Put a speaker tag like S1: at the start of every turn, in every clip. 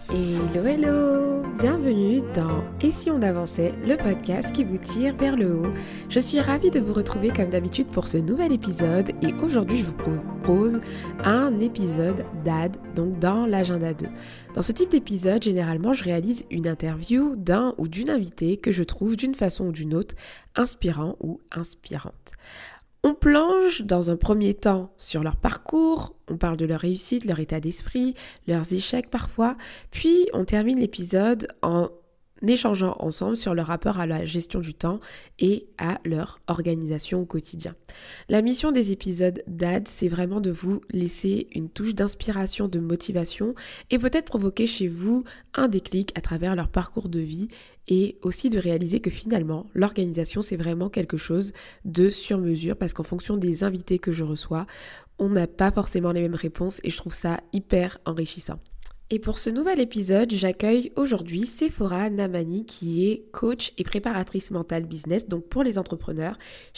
S1: Hello, hello! Bienvenue dans Et si on avançait, le podcast qui vous tire vers le haut. Je suis ravie de vous retrouver comme d'habitude pour ce nouvel épisode et aujourd'hui je vous propose un épisode d'AD, donc dans l'agenda 2. Dans ce type d'épisode, généralement je réalise une interview d'un ou d'une invitée que je trouve d'une façon ou d'une autre inspirant ou inspirante. On plonge dans un premier temps sur leur parcours, on parle de leur réussite, leur état d'esprit, leurs échecs parfois, puis on termine l'épisode en échangeant ensemble sur leur rapport à la gestion du temps et à leur organisation au quotidien. La mission des épisodes d'AD, c'est vraiment de vous laisser une touche d'inspiration, de motivation et peut-être provoquer chez vous un déclic à travers leur parcours de vie et aussi de réaliser que finalement, l'organisation, c'est vraiment quelque chose de sur mesure parce qu'en fonction des invités que je reçois, on n'a pas forcément les mêmes réponses et je trouve ça hyper enrichissant. Et pour ce nouvel épisode, j'accueille aujourd'hui Sephora Namani qui est coach et préparatrice mentale business, donc pour les entrepreneurs,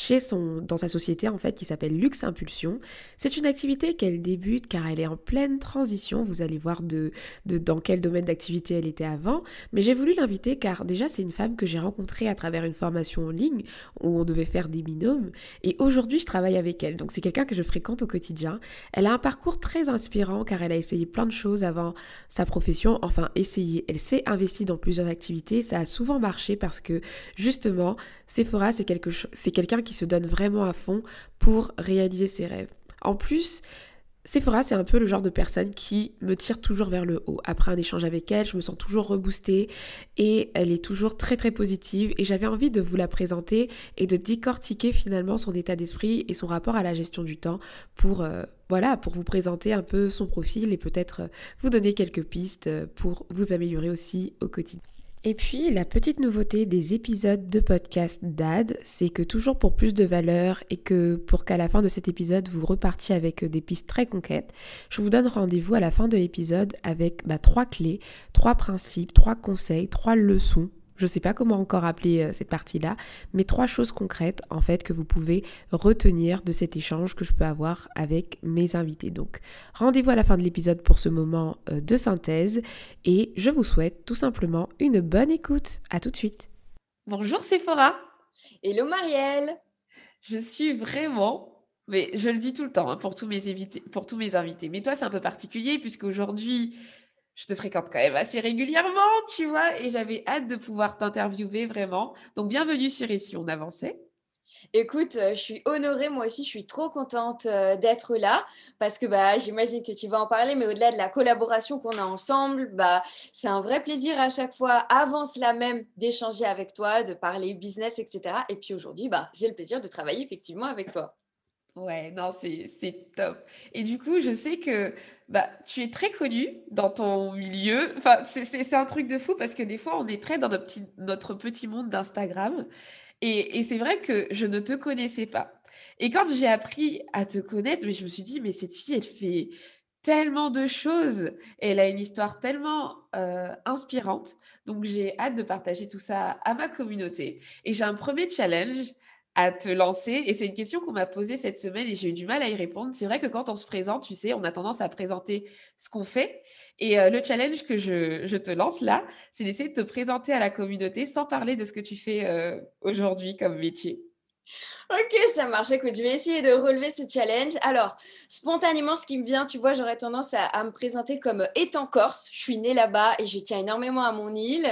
S1: dans sa société en fait qui s'appelle Luxe Impulsion. C'est une activité qu'elle débute car elle est en pleine transition, vous allez voir dans quel domaine d'activité elle était avant, mais j'ai voulu l'inviter car déjà c'est une femme que j'ai rencontrée à travers une formation en ligne où on devait faire des binômes et aujourd'hui je travaille avec elle, donc c'est quelqu'un que je fréquente au quotidien. Elle a un parcours très inspirant car elle a essayé plein de choses avant sa profession, enfin essayer. Elle s'est investie dans plusieurs activités, ça a souvent marché parce que justement, Sephora, c'est quelqu'un qui se donne vraiment à fond pour réaliser ses rêves. En plus, Sephora, c'est un peu le genre de personne qui me tire toujours vers le haut. Après un échange avec elle, je me sens toujours reboostée et elle est toujours très très positive et j'avais envie de vous la présenter et de décortiquer finalement son état d'esprit et son rapport à la gestion du temps pour vous présenter un peu son profil et peut-être vous donner quelques pistes pour vous améliorer aussi au quotidien. Et puis, la petite nouveauté des épisodes de podcast d'AD, c'est que toujours pour plus de valeur et que pour qu'à la fin de cet épisode, vous repartiez avec des pistes très concrètes, je vous donne rendez-vous à la fin de l'épisode avec 3 clés, 3 principes, 3 conseils, 3 leçons. Je ne sais pas comment encore appeler cette partie-là, mais 3 choses concrètes en fait que vous pouvez retenir de cet échange que je peux avoir avec mes invités. Donc rendez-vous à la fin de l'épisode pour ce moment de synthèse et je vous souhaite tout simplement une bonne écoute. À tout de suite. Bonjour Sephora.
S2: Hello Marielle.
S1: Je suis vraiment, mais je le dis tout le temps pour tous mes invités, mais toi c'est un peu particulier puisque aujourd'hui je te fréquente quand même assez régulièrement, tu vois, et j'avais hâte de pouvoir t'interviewer vraiment. Donc, bienvenue sur Et si on avançait.
S2: Écoute, je suis honorée, moi aussi, je suis trop contente d'être là parce que j'imagine que tu vas en parler, mais au-delà de la collaboration qu'on a ensemble, c'est un vrai plaisir à chaque fois, avant cela même, d'échanger avec toi, de parler business, etc. Et puis aujourd'hui, j'ai le plaisir de travailler effectivement avec toi.
S1: Ouais, non, c'est top. Et du coup, je sais que tu es très connue dans ton milieu. Enfin, c'est un truc de fou parce que des fois, on est très dans notre petit monde d'Instagram. Et c'est vrai que je ne te connaissais pas. Et quand j'ai appris à te connaître, mais je me suis dit, mais cette fille, elle fait tellement de choses. Et elle a une histoire tellement inspirante. Donc, j'ai hâte de partager tout ça à ma communauté. Et j'ai un premier challenge à te lancer. Et c'est une question qu'on m'a posée cette semaine et j'ai eu du mal à y répondre. C'est vrai que quand on se présente, tu sais, on a tendance à présenter ce qu'on fait. Et le challenge que je te lance là, c'est d'essayer de te présenter à la communauté sans parler de ce que tu fais aujourd'hui comme métier.
S2: Ok, ça marche. Écoute, je vais essayer de relever ce challenge. Alors, spontanément, ce qui me vient, tu vois, j'aurais tendance à me présenter comme étant corse. Je suis née là-bas et je tiens énormément à mon île.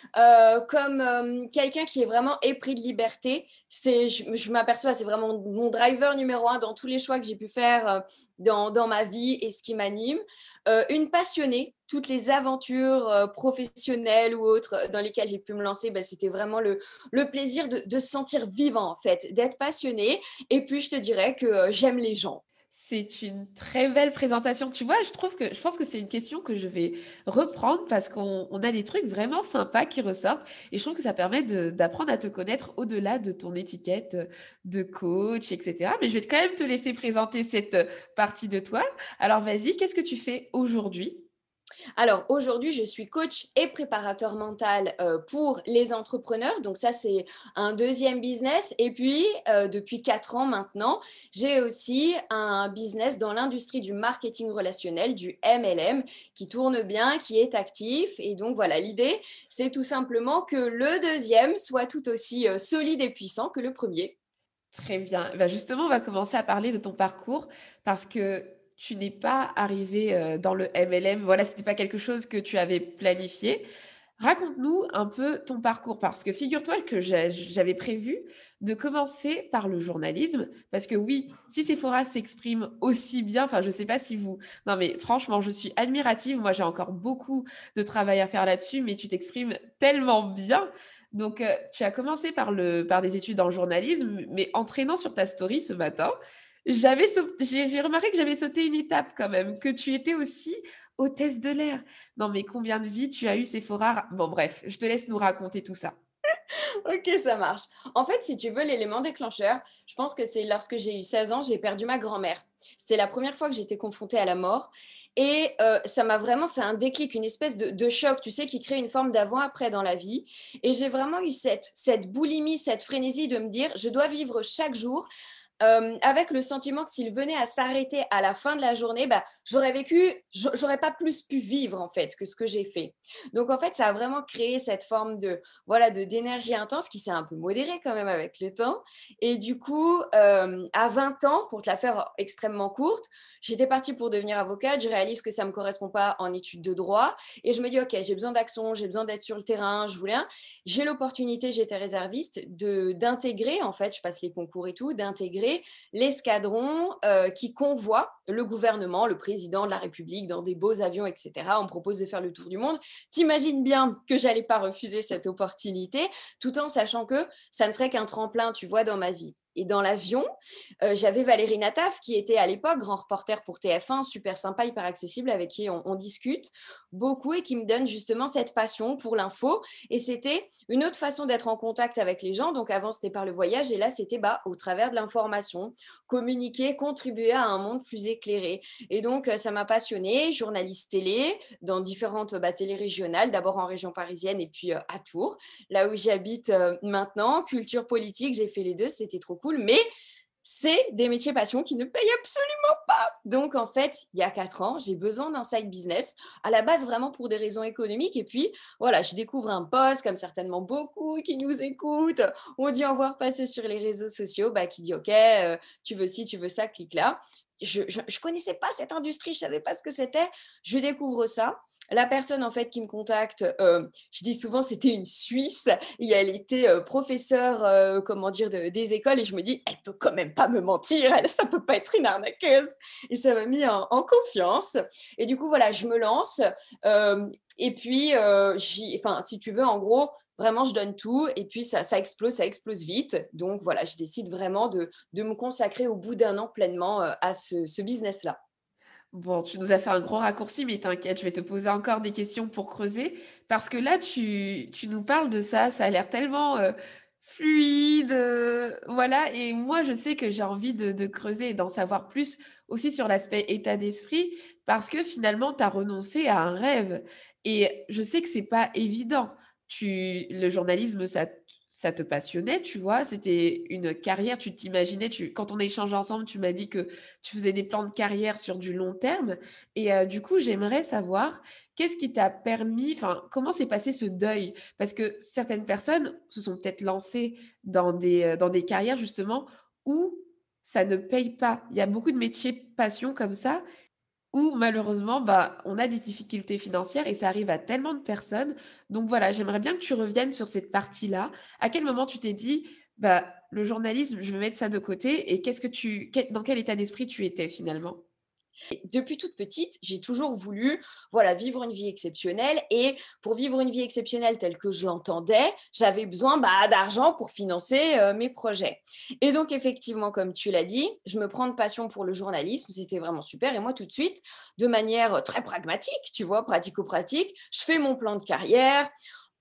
S2: Comme quelqu'un qui est vraiment épris de liberté. Je m'aperçois, c'est vraiment mon driver numéro un dans tous les choix que j'ai pu faire dans ma vie et ce qui m'anime. Une passionnée. Toutes les aventures professionnelles ou autres dans lesquelles j'ai pu me lancer, c'était vraiment le plaisir de se sentir vivant, en fait, d'être passionné. Et puis, je te dirais que j'aime les gens.
S1: C'est une très belle présentation. Tu vois, je pense que c'est une question que je vais reprendre parce qu'on a des trucs vraiment sympas qui ressortent et je trouve que ça permet d'apprendre à te connaître au-delà de ton étiquette de coach, etc. Mais je vais quand même te laisser présenter cette partie de toi. Alors, vas-y, qu'est-ce que tu fais aujourd'hui?
S2: Alors aujourd'hui, je suis coach et préparateur mental, pour les entrepreneurs. Donc ça, c'est un deuxième business et puis, depuis 4 ans maintenant, j'ai aussi un business dans l'industrie du marketing relationnel, du MLM, qui tourne bien, qui est actif et donc voilà, l'idée, c'est tout simplement que le deuxième soit tout aussi, solide et puissant que le premier.
S1: Très bien. Bah, justement, on va commencer à parler de ton parcours parce que tu n'es pas arrivé dans le MLM. Voilà, c'était pas quelque chose que tu avais planifié. Raconte-nous un peu ton parcours parce que figure-toi que j'avais prévu de commencer par le journalisme parce que oui, si Sephora s'exprime aussi bien, enfin, je sais pas si vous non, mais franchement, je suis admirative. Moi, j'ai encore beaucoup de travail à faire là-dessus, mais tu t'exprimes tellement bien. Donc, tu as commencé par des études en journalisme, mais en traînant sur ta story ce matin, j'ai remarqué que j'avais sauté une étape quand même, que tu étais aussi hôtesse de l'air. Non, mais combien de vies tu as eu, Sephora? Bon, bref, je te laisse nous raconter tout ça.
S2: OK, ça marche. En fait, si tu veux, l'élément déclencheur, je pense que c'est lorsque j'ai eu 16 ans, j'ai perdu ma grand-mère. C'était la première fois que j'étais confrontée à la mort et ça m'a vraiment fait un déclic, une espèce de choc, tu sais, qui crée une forme d'avant-après dans la vie et j'ai vraiment eu cette boulimie, cette frénésie de me dire: «Je dois vivre chaque jour avec le sentiment que s'il venait à s'arrêter à la fin de la journée, bah, j'aurais pas plus pu vivre en fait que ce que j'ai fait. Donc en fait, ça a vraiment créé cette forme de voilà d'énergie intense qui s'est un peu modérée quand même avec le temps. Et du coup, à 20 ans, pour te la faire extrêmement courte, j'étais partie pour devenir avocate. Je réalise que ça me correspond pas en études de droit et je me dis ok, j'ai besoin d'action, j'ai besoin d'être sur le terrain. Je voulais j'ai l'opportunité, j'étais réserviste, d'intégrer, en fait, je passe les concours et tout, d'intégrer l'escadron qui convoie le gouvernement, le président de la République dans des beaux avions, etc. On me propose de faire le tour du monde. T'imagines bien que j'allais pas refuser cette opportunité, tout en sachant que ça ne serait qu'un tremplin, tu vois, dans ma vie. Et dans l'avion, j'avais Valérie Nataf, qui était à l'époque grand reporter pour TF1, super sympa, hyper accessible, avec qui on discute beaucoup et qui me donne justement cette passion pour l'info. Et c'était une autre façon d'être en contact avec les gens. Donc avant, c'était par le voyage et là, c'était au travers de l'information, communiquer, contribuer à un monde plus éclairé. Et donc, ça m'a passionnée, journaliste télé, dans différentes télé régionales, d'abord en région parisienne et puis à Tours, là où j'habite maintenant. Culture politique, j'ai fait les deux, c'était trop cool. Mais c'est des métiers passion qui ne payent absolument pas. Donc, en fait, il y a 4 ans, j'ai besoin d'un side business, à la base vraiment pour des raisons économiques. Et puis, voilà, je découvre un post, comme certainement beaucoup qui nous écoutent, on dit en voir passer sur les réseaux sociaux, qui dit, OK, tu veux ci, tu veux ça, clique là. Je connaissais pas cette industrie, je savais pas ce que c'était. Je découvre ça. La personne en fait qui me contacte, je dis souvent c'était une Suisse et elle était professeure, comment dire, des écoles et je me dis elle peut quand même pas me mentir, elle, ça peut pas être une arnaqueuse et ça m'a mis en confiance et du coup voilà je me lance et puis enfin si tu veux en gros vraiment je donne tout et puis ça explose vite donc voilà je décide vraiment de me consacrer au bout d'un an pleinement à ce business là.
S1: Bon, tu nous as fait un gros raccourci, mais t'inquiète, je vais te poser encore des questions pour creuser. Parce que là, tu nous parles de ça a l'air tellement fluide, voilà. Et moi, je sais que j'ai envie de creuser et d'en savoir plus aussi sur l'aspect état d'esprit, parce que finalement, tu as renoncé à un rêve. Et je sais que c'est pas évident. Le journalisme, ça te passionnait, tu vois, c'était une carrière, tu t'imaginais, quand on a échangé ensemble, tu m'as dit que tu faisais des plans de carrière sur du long terme. Et du coup, j'aimerais savoir qu'est-ce qui t'a permis, enfin, comment s'est passé ce deuil? Parce que certaines personnes se sont peut-être lancées dans des carrières justement où ça ne paye pas. Il y a beaucoup de métiers passion comme ça où malheureusement, bah, on a des difficultés financières et ça arrive à tellement de personnes. Donc voilà, j'aimerais bien que tu reviennes sur cette partie-là. À quel moment tu t'es dit, bah, le journalisme, je vais mettre ça de côté et dans quel état d'esprit tu étais finalement?
S2: Depuis toute petite, j'ai toujours voulu, voilà, vivre une vie exceptionnelle et pour vivre une vie exceptionnelle telle que je l'entendais, j'avais besoin, d'argent pour financer, mes projets et donc effectivement, comme tu l'as dit, je me prends de passion pour le journalisme, c'était vraiment super et moi tout de suite, de manière, très pragmatique, tu vois, pratico-pratique, je fais mon plan de carrière.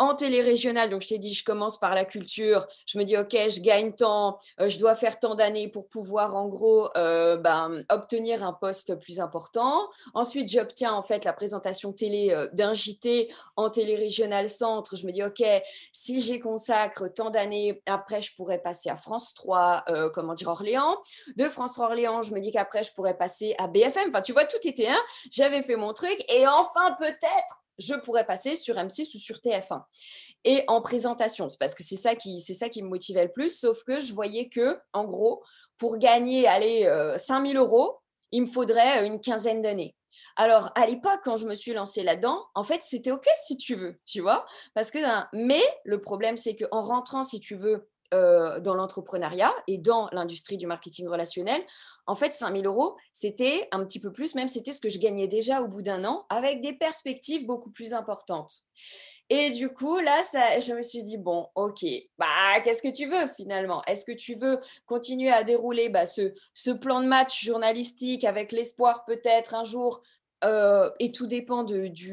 S2: en télé-régional. Donc, je t'ai dit, je commence par la culture. Je me dis, OK, je gagne tant, je dois faire tant d'années pour pouvoir, en gros, obtenir un poste plus important. Ensuite, j'obtiens en fait la présentation télé d'un JT en télé-régional centre. Je me dis, OK, si j'y consacre tant d'années, après, je pourrais passer à France 3, Orléans. De France 3 Orléans, je me dis qu'après, je pourrais passer à BFM. Enfin, tu vois, tout était un. J'avais fait mon truc. Et enfin, peut-être, je pourrais passer sur M6 ou sur TF1. Et en présentation, c'est parce que c'est ça qui me motivait le plus. Sauf que je voyais que, en gros, pour gagner, 5 000 euros, il me faudrait une quinzaine d'années. Alors, à l'époque, quand je me suis lancée là-dedans, en fait, c'était OK si tu veux, tu vois. Mais le problème, c'est qu'en rentrant, si tu veux, dans l'entrepreneuriat et dans l'industrie du marketing relationnel, en fait, 5 000 euros, c'était un petit peu plus, même c'était ce que je gagnais déjà au bout d'un an, avec des perspectives beaucoup plus importantes. Et du coup, là, je me suis dit, bon, OK, qu'est-ce que tu veux finalement? Est-ce que tu veux continuer à dérouler ce plan de match journalistique avec l'espoir peut-être un jour, et tout dépend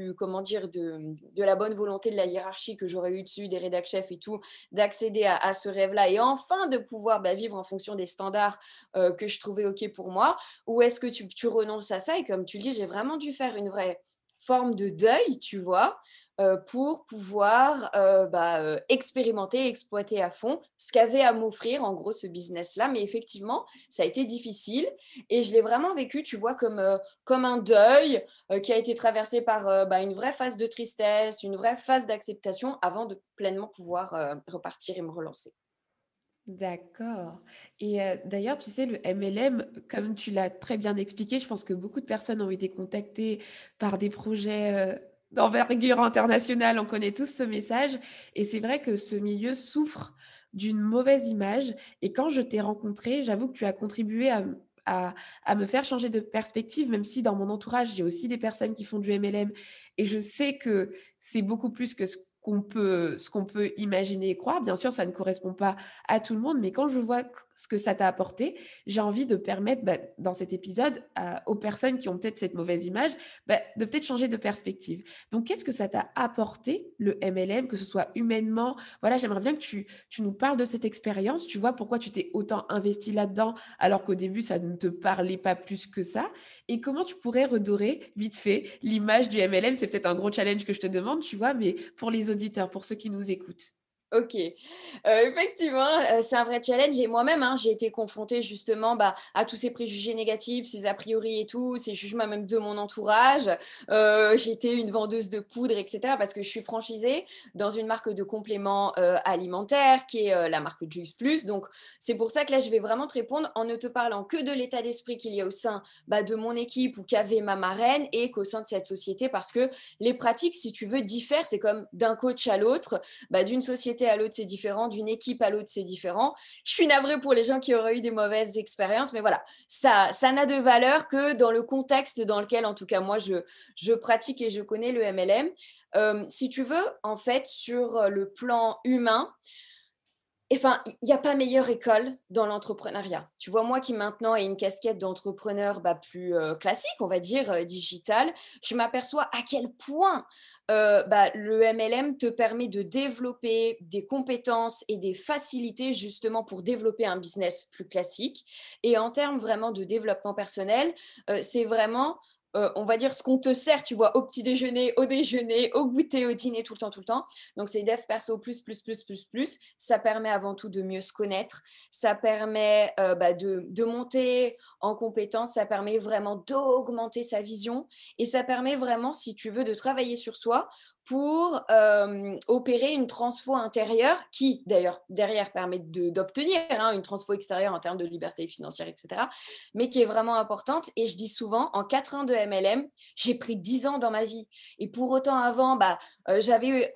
S2: de la bonne volonté de la hiérarchie que j'aurais eu dessus, des rédac chefs et tout, d'accéder à ce rêve-là et enfin de pouvoir vivre en fonction des standards que je trouvais OK pour moi? Ou est-ce que tu renonces à ça? Et comme tu le dis, j'ai vraiment dû faire une vraie forme de deuil, tu vois, pour pouvoir expérimenter, exploiter à fond ce qu'avait à m'offrir en gros ce business-là. Mais effectivement, ça a été difficile et je l'ai vraiment vécu, tu vois, comme un deuil qui a été traversé par une vraie phase de tristesse, une vraie phase d'acceptation avant de pleinement pouvoir repartir et me relancer.
S1: D'accord. Et d'ailleurs, tu sais, le MLM, comme tu l'as très bien expliqué, je pense que beaucoup de personnes ont été contactées par des projets d'envergure internationale. On connaît tous ce message. Et c'est vrai que ce milieu souffre d'une mauvaise image. Et quand je t'ai rencontré, j'avoue que tu as contribué à me faire changer de perspective, même si dans mon entourage, j'ai aussi des personnes qui font du MLM. Et je sais que c'est beaucoup plus que ce qu'on peut imaginer et croire. Bien sûr, ça ne correspond pas à tout le monde, mais quand je vois ce que ça t'a apporté, j'ai envie de permettre dans cet épisode aux personnes qui ont peut-être cette mauvaise image de peut-être changer de perspective. Donc, qu'est-ce que ça t'a apporté, le MLM, que ce soit humainement? Voilà, j'aimerais bien que tu nous parles de cette expérience. Tu vois pourquoi tu t'es autant investi là-dedans alors qu'au début, ça ne te parlait pas plus que ça. Et comment tu pourrais redorer, vite fait, l'image du MLM? C'est peut-être un gros challenge que je te demande, tu vois, mais pour les auditeurs, pour ceux qui nous écoutent.
S2: OK. Effectivement, c'est un vrai challenge et moi-même, hein, j'ai été confrontée justement, à tous ces préjugés négatifs, ces a priori et tout, ces jugements même de mon entourage. J'étais une vendeuse de poudre et cetera parce que je suis franchisée dans une marque de compléments, alimentaires qui est, la marque Juice Plus. Donc c'est pour ça que là, je vais vraiment te répondre en ne te parlant que de l'état d'esprit qu'il y a au sein, de mon équipe ou qu'avait ma marraine et qu'au sein de cette société parce que les pratiques, si tu veux, diffèrent. C'est comme d'un coach à l'autre, d'une société à l'autre, c'est différent, d'une équipe à l'autre, c'est différent. Je suis navrée pour les gens qui auraient eu des mauvaises expériences, mais voilà, ça n'a de valeur que dans le contexte dans lequel, en tout cas, moi, je pratique et je connais le MLM. Si tu veux, en fait, sur le plan humain, enfin, il n'y a pas meilleure école dans l'entrepreneuriat. Tu vois, moi qui maintenant ai une casquette d'entrepreneur plus classique, on va dire, digital, je m'aperçois à quel point le MLM te permet de développer des compétences et des facilités justement pour développer un business plus classique. Et en termes vraiment de développement personnel, c'est vraiment on va dire ce qu'on te sert, tu vois, au petit déjeuner, au déjeuner, au goûter, au dîner, tout le temps, tout le temps. Donc, c'est dev perso plus, plus, plus, plus, plus. Ça permet avant tout de mieux se connaître. Ça permet de monter en compétence. Ça permet vraiment d'augmenter sa vision. Et ça permet vraiment, si tu veux, de travailler sur soi pour opérer une transfo intérieure qui, d'ailleurs, derrière, permet d'obtenir une transfo extérieure en termes de liberté financière, etc., mais qui est vraiment importante. Et je dis souvent, en 4 ans de MLM, j'ai pris 10 ans dans ma vie. Et pour autant, avant, j'avais,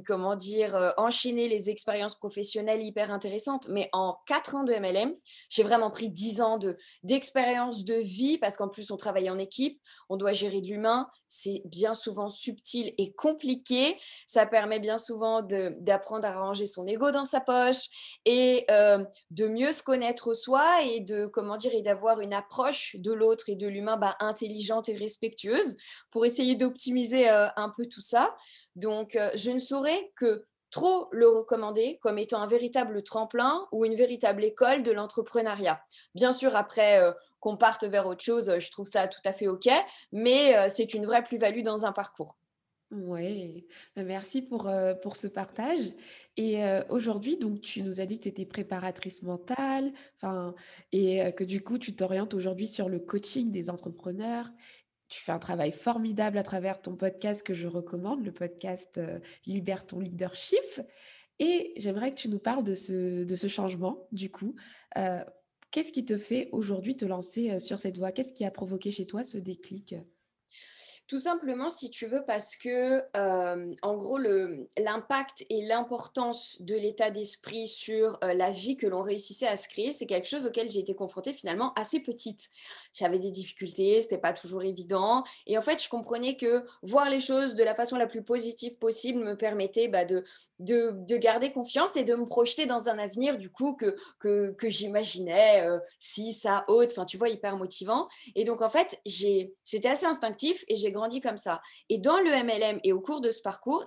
S2: enchaîné les expériences professionnelles hyper intéressantes. Mais en 4 ans de MLM, j'ai vraiment pris 10 ans d'expérience expérience de vie, parce qu'en plus on travaille en équipe, on doit gérer de l'humain, c'est bien souvent subtil et compliqué. Ça permet bien souvent d'apprendre à ranger son ego dans sa poche et de mieux se connaître soi et de, comment dire, et d'avoir une approche de l'autre et de l'humain intelligente et respectueuse pour essayer d'optimiser un peu tout ça. Donc, je ne saurais que trop le recommander comme étant un véritable tremplin ou une véritable école de l'entrepreneuriat. Bien sûr, après qu'on parte vers autre chose, je trouve ça tout à fait OK, mais c'est une vraie plus-value dans un parcours.
S1: Ouais, bah, merci pour ce partage et aujourd'hui, donc tu nous as dit que tu étais préparatrice mentale, enfin et que du coup, tu t'orientes aujourd'hui sur le coaching des entrepreneurs. Tu fais un travail formidable à travers ton podcast que je recommande, le podcast, Libère ton leadership et j'aimerais que tu nous parles de ce changement du coup. Heu, Qu'est-ce qui te fait aujourd'hui te lancer, sur cette voie? Qu'est-ce qui a provoqué chez toi ce déclic?
S2: Tout simplement, si tu veux, parce que, en gros, l'impact et l'importance de l'état d'esprit sur, la vie que l'on réussissait à se créer, c'est quelque chose auquel j'ai été confrontée finalement assez petite. J'avais des difficultés, c'était pas toujours évident et en fait, je comprenais que voir les choses de la façon la plus positive possible me permettait, de garder confiance et de me projeter dans un avenir du coup que j'imaginais, ci, ça, autre, enfin, tu vois, hyper motivant et donc, en fait, c'était assez instinctif et j'ai grandi comme ça. Et dans le MLM et au cours de ce parcours,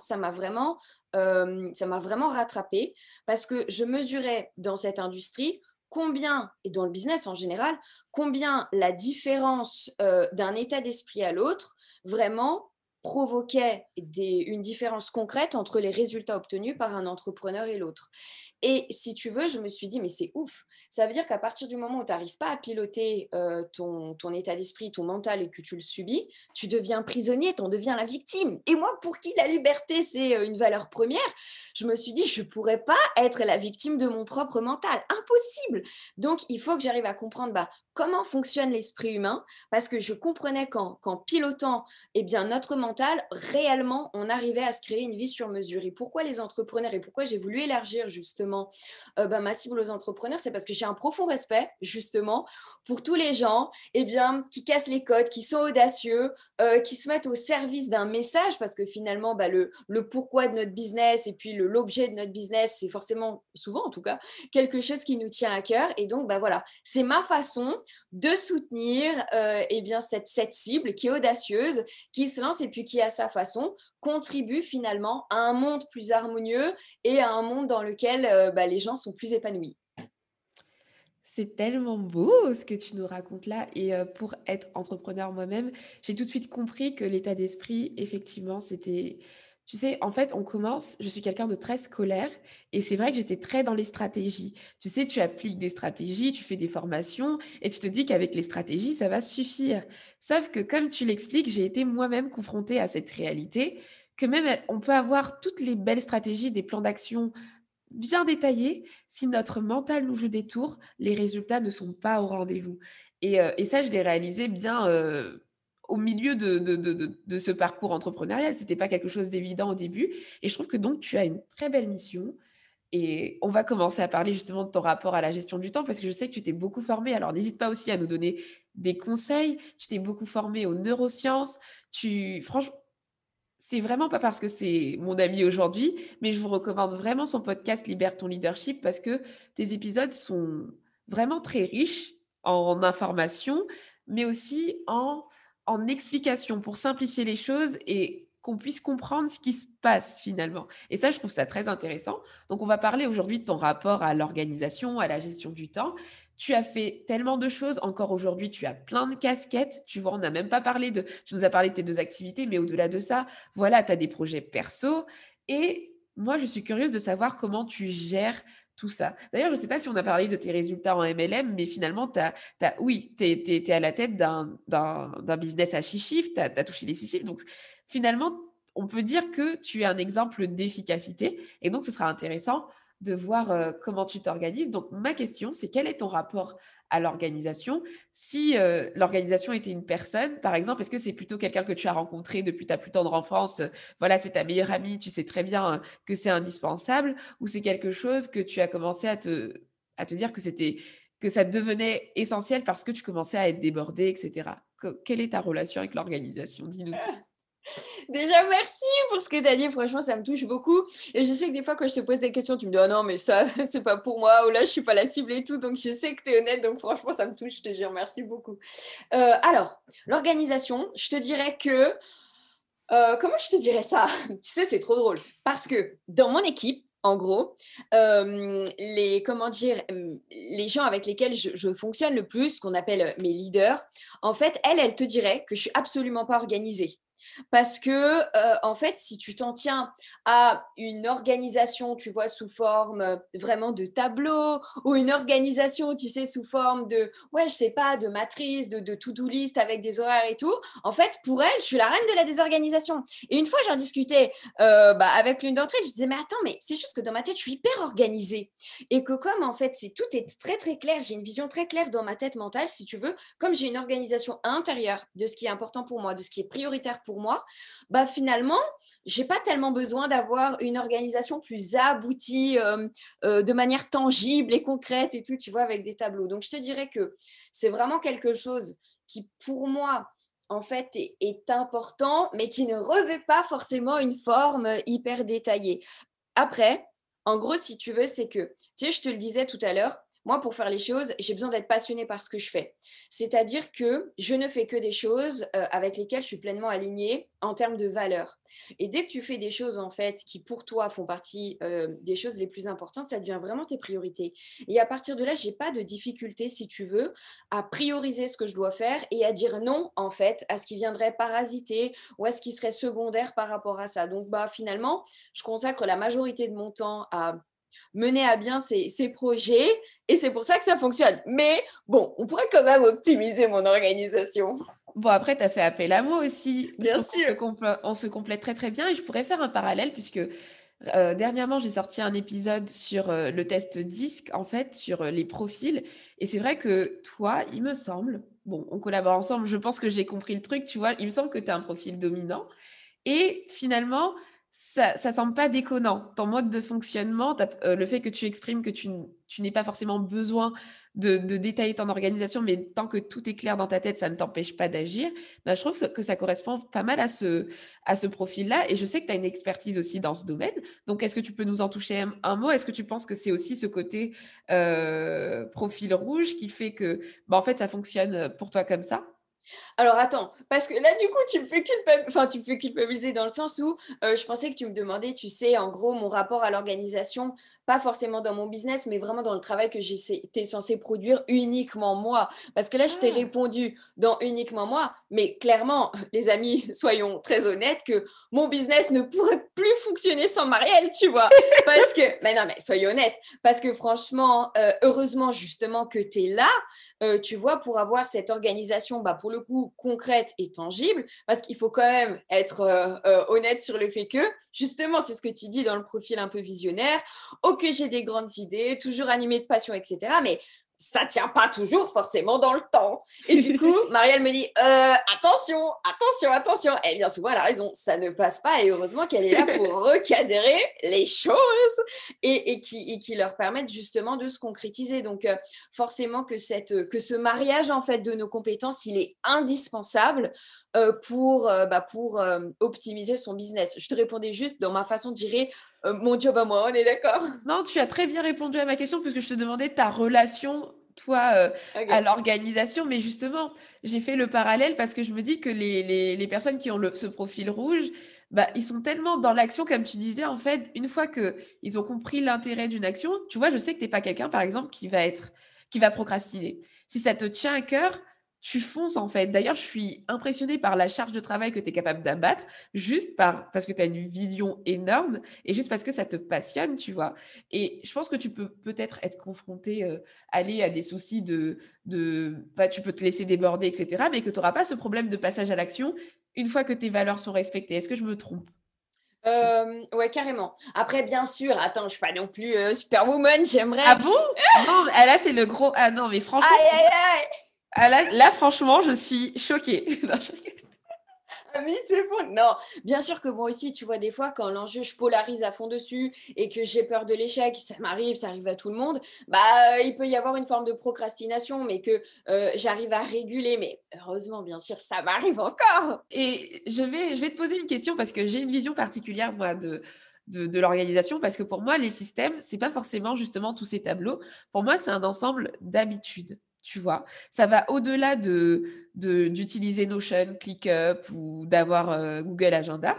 S2: ça m'a vraiment rattrapée parce que je mesurais dans cette industrie combien, et dans le business en général, combien la différence d'un état d'esprit à l'autre vraiment provoquait une différence concrète entre les résultats obtenus par un entrepreneur et l'autre. Et si tu veux, je me suis dit, mais c'est ouf. Ça veut dire qu'à partir du moment où tu n'arrives pas à piloter ton état d'esprit, ton mental et que tu le subis, tu deviens prisonnier, tu en deviens la victime. Et moi, pour qui la liberté, c'est une valeur première, je me suis dit, je ne pourrais pas être la victime de mon propre mental. Impossible. Donc, il faut que j'arrive à comprendre comment fonctionne l'esprit humain, parce que je comprenais qu'en pilotant notre mental, réellement, on arrivait à se créer une vie sur mesure. Et pourquoi les entrepreneurs et pourquoi j'ai voulu élargir justement ma cible aux entrepreneurs, c'est parce que j'ai un profond respect justement pour tous les gens qui cassent les codes, qui sont audacieux, qui se mettent au service d'un message, parce que finalement, le pourquoi de notre business et puis l'objet de notre business, c'est forcément, souvent en tout cas, quelque chose qui nous tient à cœur. Et donc, voilà, c'est ma façon de soutenir cette cible qui est audacieuse, qui se lance et puis qui, à sa façon, contribue finalement à un monde plus harmonieux et à un monde dans lequel les gens sont plus épanouis.
S1: C'est tellement beau ce que tu nous racontes là et pour être entrepreneur moi-même, j'ai tout de suite compris que l'état d'esprit, effectivement, c'était tu sais, en fait, on commence je suis quelqu'un de très scolaire et c'est vrai que j'étais très dans les stratégies. Tu sais, tu appliques des stratégies, tu fais des formations et tu te dis qu'avec les stratégies, ça va suffire. Sauf que comme tu l'expliques, j'ai été moi-même confrontée à cette réalité que même, on peut avoir toutes les belles stratégies, des plans d'action bien détaillé, si notre mental nous joue des tours, les résultats ne sont pas au rendez-vous et ça, je l'ai réalisé bien, au milieu de ce parcours entrepreneurial. C'était pas quelque chose d'évident au début et je trouve que donc tu as une très belle mission et on va commencer à parler justement de ton rapport à la gestion du temps parce que je sais que tu t'es beaucoup formé. Alors n'hésite pas aussi à nous donner des conseils. Tu t'es beaucoup formé aux neurosciences. Tu franchement c'est vraiment pas parce que c'est mon ami aujourd'hui, mais je vous recommande vraiment son podcast Libère ton leadership parce que tes épisodes sont vraiment très riches en informations, mais aussi en explications pour simplifier les choses et qu'on puisse comprendre ce qui se passe finalement. Et ça, je trouve ça très intéressant. Donc, on va parler aujourd'hui de ton rapport à l'organisation, à la gestion du temps. Tu as fait tellement de choses. Encore aujourd'hui, tu as plein de casquettes. Tu vois, on n'a même pas parlé de. Tu nous as parlé de tes deux activités, mais au-delà de ça, voilà, tu as des projets perso. Et moi, je suis curieuse de savoir comment tu gères tout ça. D'ailleurs, je ne sais pas si on a parlé de tes résultats en MLM, mais finalement, oui, tu es, à la tête d'un business à 6 chiffres, tu as touché les 6 chiffres. Donc, finalement, on peut dire que tu es un exemple d'efficacité. Et donc, ce sera intéressant de voir comment tu t'organises. Donc, ma question, c'est quel est ton rapport à l'organisation? Si l'organisation était une personne, par exemple, est-ce que c'est plutôt quelqu'un que tu as rencontré depuis ta plus tendre enfance? Voilà, c'est ta meilleure amie, tu sais très bien que c'est indispensable, ou c'est quelque chose que tu as commencé à te dire que c'était que ça devenait essentiel parce que tu commençais à être débordée, etc. Quelle est ta relation avec l'organisation? Dis-nous tout.
S2: Déjà, merci pour ce que tu as dit. Franchement, ça me touche beaucoup. Et je sais que des fois, quand je te pose des questions, tu me dis: «Oh non, mais ça, c'est pas pour moi» ou «Là, je suis pas la cible et tout». Donc, je sais que tu es honnête. Donc, franchement, ça me touche, je te jure. Merci beaucoup. Alors, l'organisation, je te dirais que comment je te dirais ça? Tu sais, c'est trop drôle parce que dans mon équipe, en gros, les comment dire? Les gens avec lesquels je fonctionne le plus, qu'on appelle, mes leaders, en fait, elles te diraient que je suis absolument pas organisée. Parce que, en fait, si tu t'en tiens à une organisation, tu vois, sous forme, vraiment de tableau ou une organisation, tu sais, sous forme de ouais, je sais pas, de matrice, de to-do list avec des horaires et tout, en fait, pour elles, je suis la reine de la désorganisation et une fois, j'en discutais, avec l'une d'entre elles, je disais: «Mais attends, mais c'est juste que dans ma tête, je suis hyper organisée» et que comme, en fait, c'est tout est très, très clair, j'ai une vision très claire dans ma tête mentale, si tu veux, comme j'ai une organisation intérieure de ce qui est important pour moi, de ce qui est prioritaire pour moi, bah, finalement, j'ai pas tellement besoin d'avoir une organisation plus aboutie, de manière tangible et concrète et tout, tu vois? Avec des tableaux. Donc je te dirais que c'est vraiment quelque chose qui, pour moi, en fait, est important, mais qui ne revêt pas forcément une forme, hyper détaillée. Après, en gros, si tu veux, c'est que, tu sais, je te le disais tout à l'heure, moi, pour faire les choses, j'ai besoin d'être passionnée par ce que je fais. C'est-à-dire que je ne fais que des choses avec lesquelles je suis pleinement alignée en termes de valeurs. Et dès que tu fais des choses, en fait, qui pour toi font partie des choses les plus importantes, ça devient vraiment tes priorités. Et à partir de là, j'ai pas de difficulté, si tu veux, à prioriser ce que je dois faire et à dire non, en fait, à ce qui viendrait parasiter ou à ce qui serait secondaire par rapport à ça. Donc, bah, finalement, je consacre la majorité de mon temps à mener à bien ces projets et c'est pour ça que ça fonctionne. Mais bon, on pourrait quand même optimiser mon organisation.
S1: Bon, après, tu as fait appel à moi aussi. Je
S2: Bien
S1: trouve
S2: sûr.
S1: on se complète très, très bien et je pourrais faire un parallèle puisque dernièrement, j'ai sorti un épisode sur le test DISC, en fait, sur les profils. Et c'est vrai que toi, il me semble, bon, on collabore ensemble, je pense que j'ai compris le truc, tu vois, il me semble que tu as un profil dominant. Et finalement, ça semble pas déconnant. Ton mode de fonctionnement, le fait que tu exprimes que tu n'aies pas forcément besoin de détailler ton organisation, mais tant que tout est clair dans ta tête, ça ne t'empêche pas d'agir. Bah, je trouve que ça correspond pas mal à ce profil-là. Et je sais que tu as une expertise aussi dans ce domaine. Donc, est-ce que tu peux nous en toucher un mot? Est-ce que tu penses que c'est aussi ce côté profil rouge qui fait que, bah, en fait, ça fonctionne pour toi comme ça?
S2: Alors attends, parce que là du coup tu me fais culpabiliser dans le sens où, je pensais que tu me demandais, tu sais, en gros mon rapport à l'organisation, pas forcément dans mon business, mais vraiment dans le travail que j'étais censée produire uniquement moi. Parce que là je t'ai
S1: Ah,
S2: répondu dans uniquement moi, mais clairement les amis, soyons très honnêtes que mon business ne pourrait plus fonctionner sans Marielle, tu vois? Parce que mais non, mais soyons honnêtes, parce que franchement, heureusement justement que tu es là, tu vois, pour avoir cette organisation, bah, pour le coup, concrète et tangible, parce qu'il faut quand même être honnête sur le fait que, justement, c'est ce que tu dis dans le profil un peu visionnaire, ok, j'ai des grandes idées, toujours animé de passion, etc., mais ça tient pas toujours forcément dans le temps. Et du coup, Marielle me dit attention, attention, attention. Et bien souvent, elle a raison, ça ne passe pas. Et heureusement qu'elle est là pour recadrer les choses et qui leur permettent justement de se concrétiser. Donc, forcément que ce mariage en fait de nos compétences, il est indispensable pour optimiser son business. Je te répondais juste dans ma façon de gérer mon job à moi, on est d'accord?
S1: non, tu as très bien répondu à ma question puisque je te demandais ta relation, toi, à
S2: Ok.
S1: l'organisation. Mais justement, j'ai fait le parallèle parce que je me dis que les personnes qui ont ce profil rouge, bah, ils sont tellement dans l'action, comme tu disais, en fait, une fois qu'ils ont compris l'intérêt d'une action, tu vois, je sais que tu n'es pas quelqu'un, par exemple, qui va procrastiner. Si ça te tient à cœur, tu fonces, en fait. D'ailleurs, je suis impressionnée par la charge de travail que tu es capable d'abattre, parce que tu as une vision énorme et juste parce que ça te passionne, tu vois. Et je pense que tu peux peut-être être confronté, aller à des soucis bah, tu peux te laisser déborder, etc., mais que tu n'auras pas ce problème de passage à l'action une fois que tes valeurs sont respectées. Est-ce que je me trompe?
S2: Ouais, carrément. Après, bien sûr, attends, je suis pas non plus superwoman,
S1: Ah
S2: j'aimerais.
S1: bon? Non, ah là, c'est le gros. Ah non, mais franchement,
S2: Aïe, aïe, aïe.
S1: ah là, franchement, je suis choquée. Non, je rigole.
S2: Mythe, c'est faux. Non, bien sûr que moi aussi, tu vois, des fois, quand l'enjeu, je polarise à fond dessus et que j'ai peur de l'échec, ça arrive à tout le monde, il peut y avoir une forme de procrastination, mais que j'arrive à réguler. Mais heureusement, bien sûr, ça m'arrive encore.
S1: Et je vais te poser une question parce que j'ai une vision particulière, moi, de l'organisation. Parce que pour moi, les systèmes, c'est pas forcément justement tous ces tableaux. Pour moi, c'est un ensemble d'habitudes. Tu vois, ça va au-delà d'utiliser Notion, ClickUp ou d'avoir Google Agenda.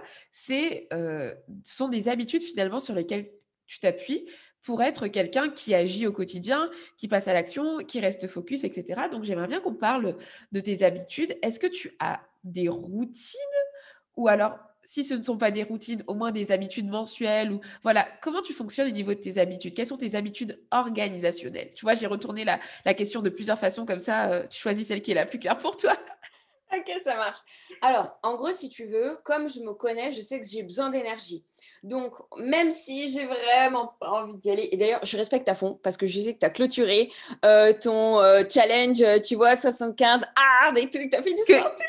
S1: Ce sont des habitudes finalement sur lesquelles tu t'appuies pour être quelqu'un qui agit au quotidien, qui passe à l'action, qui reste focus, etc. Donc, j'aimerais bien qu'on parle de tes habitudes. Est-ce que tu as des routines ou alors, si ce ne sont pas des routines, au moins des habitudes mensuelles ou voilà, comment tu fonctionnes au niveau de tes habitudes? Quelles sont tes habitudes organisationnelles? Tu vois, j'ai retourné la question de plusieurs façons comme ça, tu choisis celle qui est la plus claire pour toi.
S2: Ok, ça marche. Alors, en gros, si tu veux, comme je me connais, je sais que j'ai besoin d'énergie. Donc, même si j'ai vraiment pas envie d'y aller, et d'ailleurs, je respecte à fond parce que je sais que tu as clôturé ton challenge, tu vois, 75 hard et tout, tu as fait du
S1: Que
S2: sport.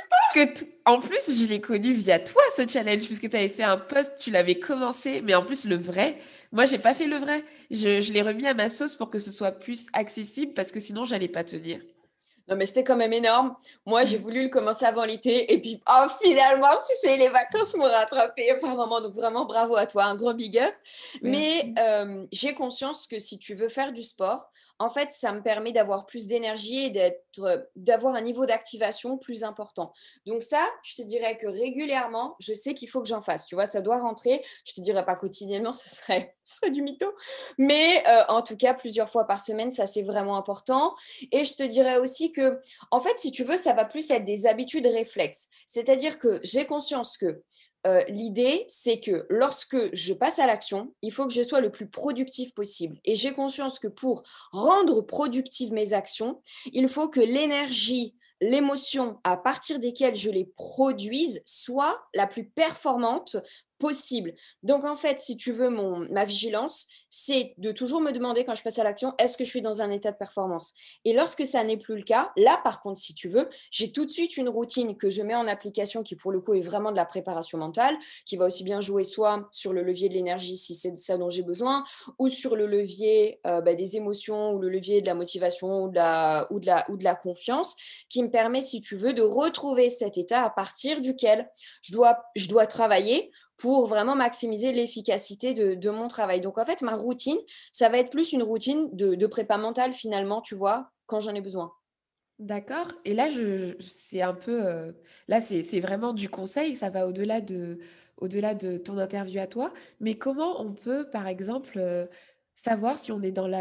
S1: en plus, je l'ai connu via toi, ce challenge, puisque tu avais fait un post, tu l'avais commencé, mais en plus, le vrai, moi, j'ai pas fait le vrai. Je l'ai remis à ma sauce pour que ce soit plus accessible parce que sinon, j'allais pas tenir.
S2: Non, mais c'était quand même énorme. Moi, j'ai voulu le commencer avant l'été. Et puis, oh, finalement, tu sais, les vacances m'ont rattrapé par moment. Donc, vraiment, bravo à toi. Un gros big up. Mais
S1: Merci.
S2: j'ai conscience que si tu veux faire du sport, en fait, ça me permet d'avoir plus d'énergie et d'avoir un niveau d'activation plus important. Donc, ça, je te dirais que régulièrement, je sais qu'il faut que j'en fasse. Tu vois, ça doit rentrer. Je te dirais pas quotidiennement, ce serait du mytho. Mais en tout cas, plusieurs fois par semaine, ça, c'est vraiment important. Et je te dirais aussi que, en fait, si tu veux, ça va plus être des habitudes réflexes. C'est-à-dire que j'ai conscience que l'idée, c'est que lorsque je passe à l'action, il faut que je sois le plus productif possible. Et j'ai conscience que pour rendre productives mes actions, il faut que l'énergie, l'émotion à partir desquelles je les produise soit la plus performante possible. Donc en fait, si tu veux, ma vigilance, c'est de toujours me demander quand je passe à l'action, est-ce que je suis dans un état de performance? Et lorsque ça n'est plus le cas, là par contre, si tu veux, j'ai tout de suite une routine que je mets en application qui pour le coup est vraiment de la préparation mentale, qui va aussi bien jouer soit sur le levier de l'énergie si c'est de ça dont j'ai besoin, ou sur le levier des émotions, ou le levier de la motivation, ou de la confiance, qui me permet, si tu veux, de retrouver cet état à partir duquel je dois travailler pour vraiment maximiser l'efficacité de mon travail. Donc, en fait, ma routine, ça va être plus une routine de prépa mentale, finalement, tu vois, quand j'en ai besoin.
S1: D'accord. Et là, c'est un peu, là, c'est vraiment du conseil, ça va au-delà de ton interview à toi. Mais comment on peut, par exemple, savoir si on est dans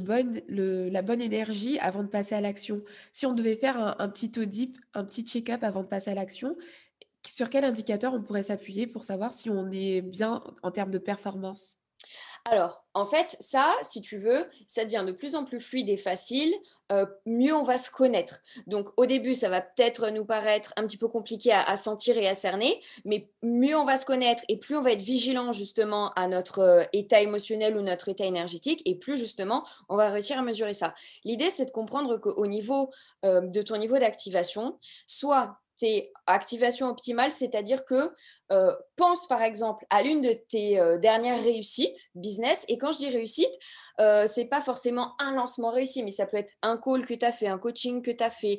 S1: la bonne énergie avant de passer à l'action? Si on devait faire un petit audit, un petit check-up avant de passer à l'action, sur quel indicateur on pourrait s'appuyer pour savoir si on est bien en termes de performance?
S2: Alors, en fait, ça, si tu veux, ça devient de plus en plus fluide et facile, mieux on va se connaître. Donc, au début, ça va peut-être nous paraître un petit peu compliqué à sentir et à cerner, mais mieux on va se connaître et plus on va être vigilant justement à notre état émotionnel ou notre état énergétique, et plus justement on va réussir à mesurer ça. L'idée, c'est de comprendre qu'au niveau de ton niveau d'activation, soit tes activations optimales, c'est-à-dire que pense par exemple à l'une de tes dernières réussites business. Et quand je dis réussite, c'est pas forcément un lancement réussi, mais ça peut être un call que tu as fait, un coaching que tu as fait,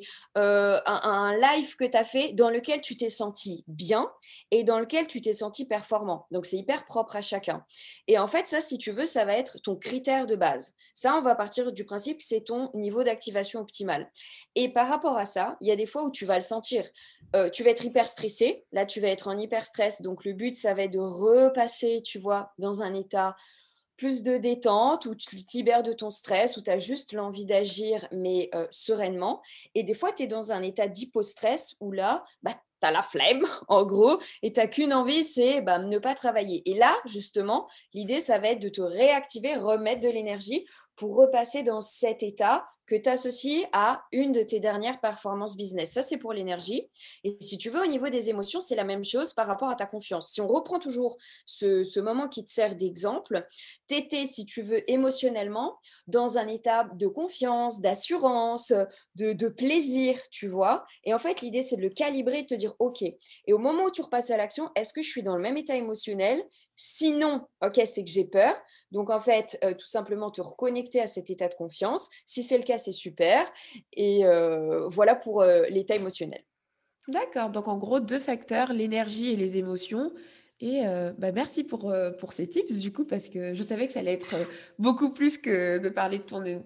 S2: un live que tu as fait dans lequel tu t'es senti bien et dans lequel tu t'es senti performant. Donc, c'est hyper propre à chacun. Et en fait, ça, si tu veux, ça va être ton critère de base. Ça, on va partir du principe que c'est ton niveau d'activation optimal. Et par rapport à ça, il y a des fois où tu vas le sentir. Tu vas être hyper stressé. Là, tu vas être en hyper stress. Donc, le but, ça va être de repasser, tu vois, dans un état plus de détente, où tu te libères de ton stress, où tu as juste l'envie d'agir, mais sereinement. Et des fois, tu es dans un état d'hypostress où là, tu as la flemme, en gros, et tu n'as qu'une envie, c'est ne pas travailler. Et là, justement, l'idée, ça va être de te réactiver, remettre de l'énergie pour repasser dans cet état que tu associes à une de tes dernières performances business. Ça, c'est pour l'énergie. Et si tu veux, au niveau des émotions, c'est la même chose par rapport à ta confiance. Si on reprend toujours ce moment qui te sert d'exemple, tu étais, si tu veux, émotionnellement dans un état de confiance, d'assurance, de plaisir, tu vois. Et en fait, l'idée, c'est de le calibrer et de te dire, OK, et au moment où tu repasses à l'action, est-ce que je suis dans le même état émotionnel? Sinon, OK, c'est que j'ai peur. Donc, en fait, tout simplement te reconnecter à cet état de confiance. Si c'est le cas, c'est super. Et voilà pour l'état émotionnel.
S1: D'accord, donc en gros 2 facteurs, l'énergie et les émotions et bah, merci pour ces tips du coup parce que je savais que ça allait être, beaucoup plus que de parler de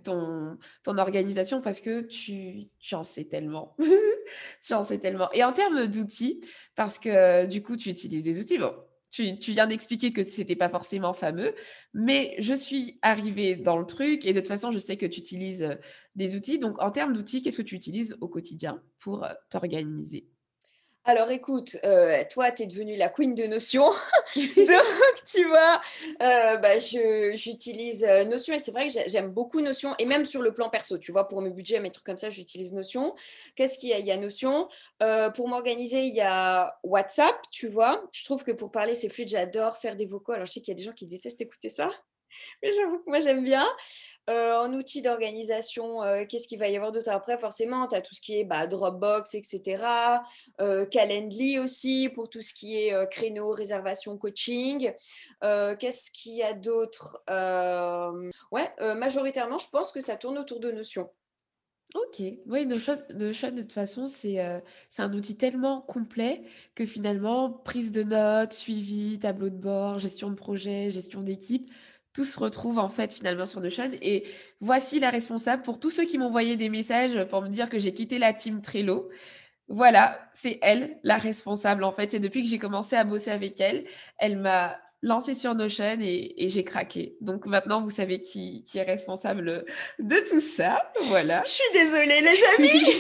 S1: ton organisation parce que tu en sais tellement. Tu en sais tellement et en termes d'outils, parce que, du coup tu utilises des outils, bon, tu viens d'expliquer que c'était pas forcément fameux, mais je suis arrivée dans le truc et de toute façon je sais que tu utilises, des outils donc en termes d'outils, qu'est-ce que tu utilises au quotidien pour, t'organiser?
S2: Alors écoute, toi, tu es devenue la queen de Notion. Donc tu vois, bah, j'utilise, Notion et c'est vrai que j'aime beaucoup Notion et même sur le plan perso, tu vois? Pour mes budgets, mes trucs comme ça, j'utilise Notion. Qu'est-ce qu'il y a? Il y a Notion. Pour m'organiser, il y a WhatsApp, tu vois? Je trouve que pour parler, c'est fluide, j'adore faire des vocaux. Alors je sais qu'il y a des gens qui détestent écouter ça, mais j'avoue que moi j'aime bien. En outil d'organisation, qu'est-ce qu'il va y avoir d'autre? Après forcément, tu as tout ce qui est, bah, Dropbox et cetera, Calendly aussi pour tout ce qui est, créneaux, réservation, coaching. Qu'est-ce qu'il y a d'autre? Ouais, majoritairement, je pense que ça tourne autour de Notion.
S1: OK. Oui, Notion de toute façon, c'est un outil tellement complet que finalement, prise de notes, suivi, tableau de bord, gestion de projet, gestion d'équipe, tout se retrouve en fait finalement sur Notion et voici la responsable pour tous ceux qui m'ont envoyé des messages pour me dire que j'ai quitté la team Trello. Voilà, c'est elle, la responsable, en fait. Et depuis que j'ai commencé à bosser avec elle, elle m'a lancée sur Notion et j'ai craqué. Donc maintenant, vous savez qui est responsable, de tout ça.
S2: Je
S1: Voilà.
S2: suis désolée les amis!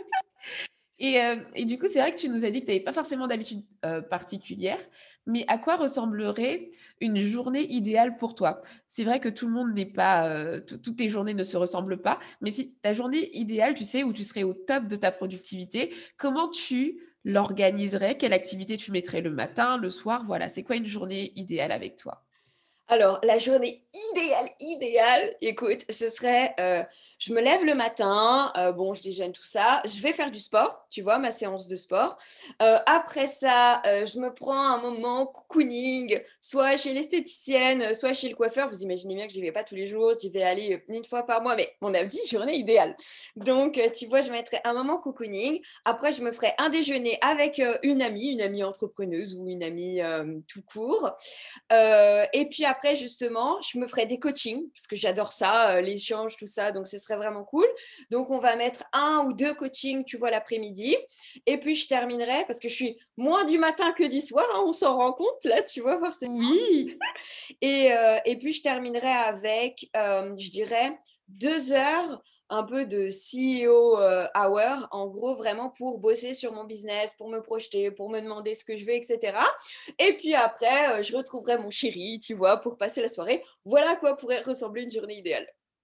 S1: Et du coup, c'est vrai que tu nous as dit que tu avais pas forcément d'habitude, particulière, mais à quoi ressemblerait une journée idéale pour toi? C'est vrai que tout le monde n'est pas, toutes tes journées ne se ressemblent pas, mais si ta journée idéale, tu sais, où tu serais au top de ta productivité, comment tu l'organiserais? Quelle activité tu mettrais le matin, le soir? Voilà, c'est quoi une journée idéale avec toi?
S2: Alors, la journée idéale, écoute, ce serait, je me lève le matin, bon, je déjeune, tout ça, je vais faire du sport, tu vois? Ma séance de sport. Après ça, je me prends un moment cocooning, soit chez l'esthéticienne, soit chez le coiffeur. Vous imaginez bien que j'y vais pas tous les jours, j'y vais aller, 1 fois par mois, mais on a dit journée idéale. Donc, tu vois, je mettrai un moment cocooning. Après, je me ferai un déjeuner avec, une amie entrepreneuse ou une amie, tout court. Et puis après, justement, je me ferai des coachings parce que j'adore ça, l'échange, tout ça, donc ce serait vraiment cool. Donc on va mettre un ou 2 coachings, tu vois, l'après-midi et puis je terminerai parce que je suis moins du matin que du soir, hein, on s'en rend compte là, tu vois, forcément.
S1: Oui!
S2: Et puis je terminerai avec, je dirais 2 heures un peu de CEO, hour, en gros vraiment pour bosser sur mon business, pour me projeter, pour me demander ce que je veux et cetera. Et puis après, je retrouverai mon chéri, tu vois, pour passer la soirée. Voilà à quoi pourrait ressembler une journée idéale.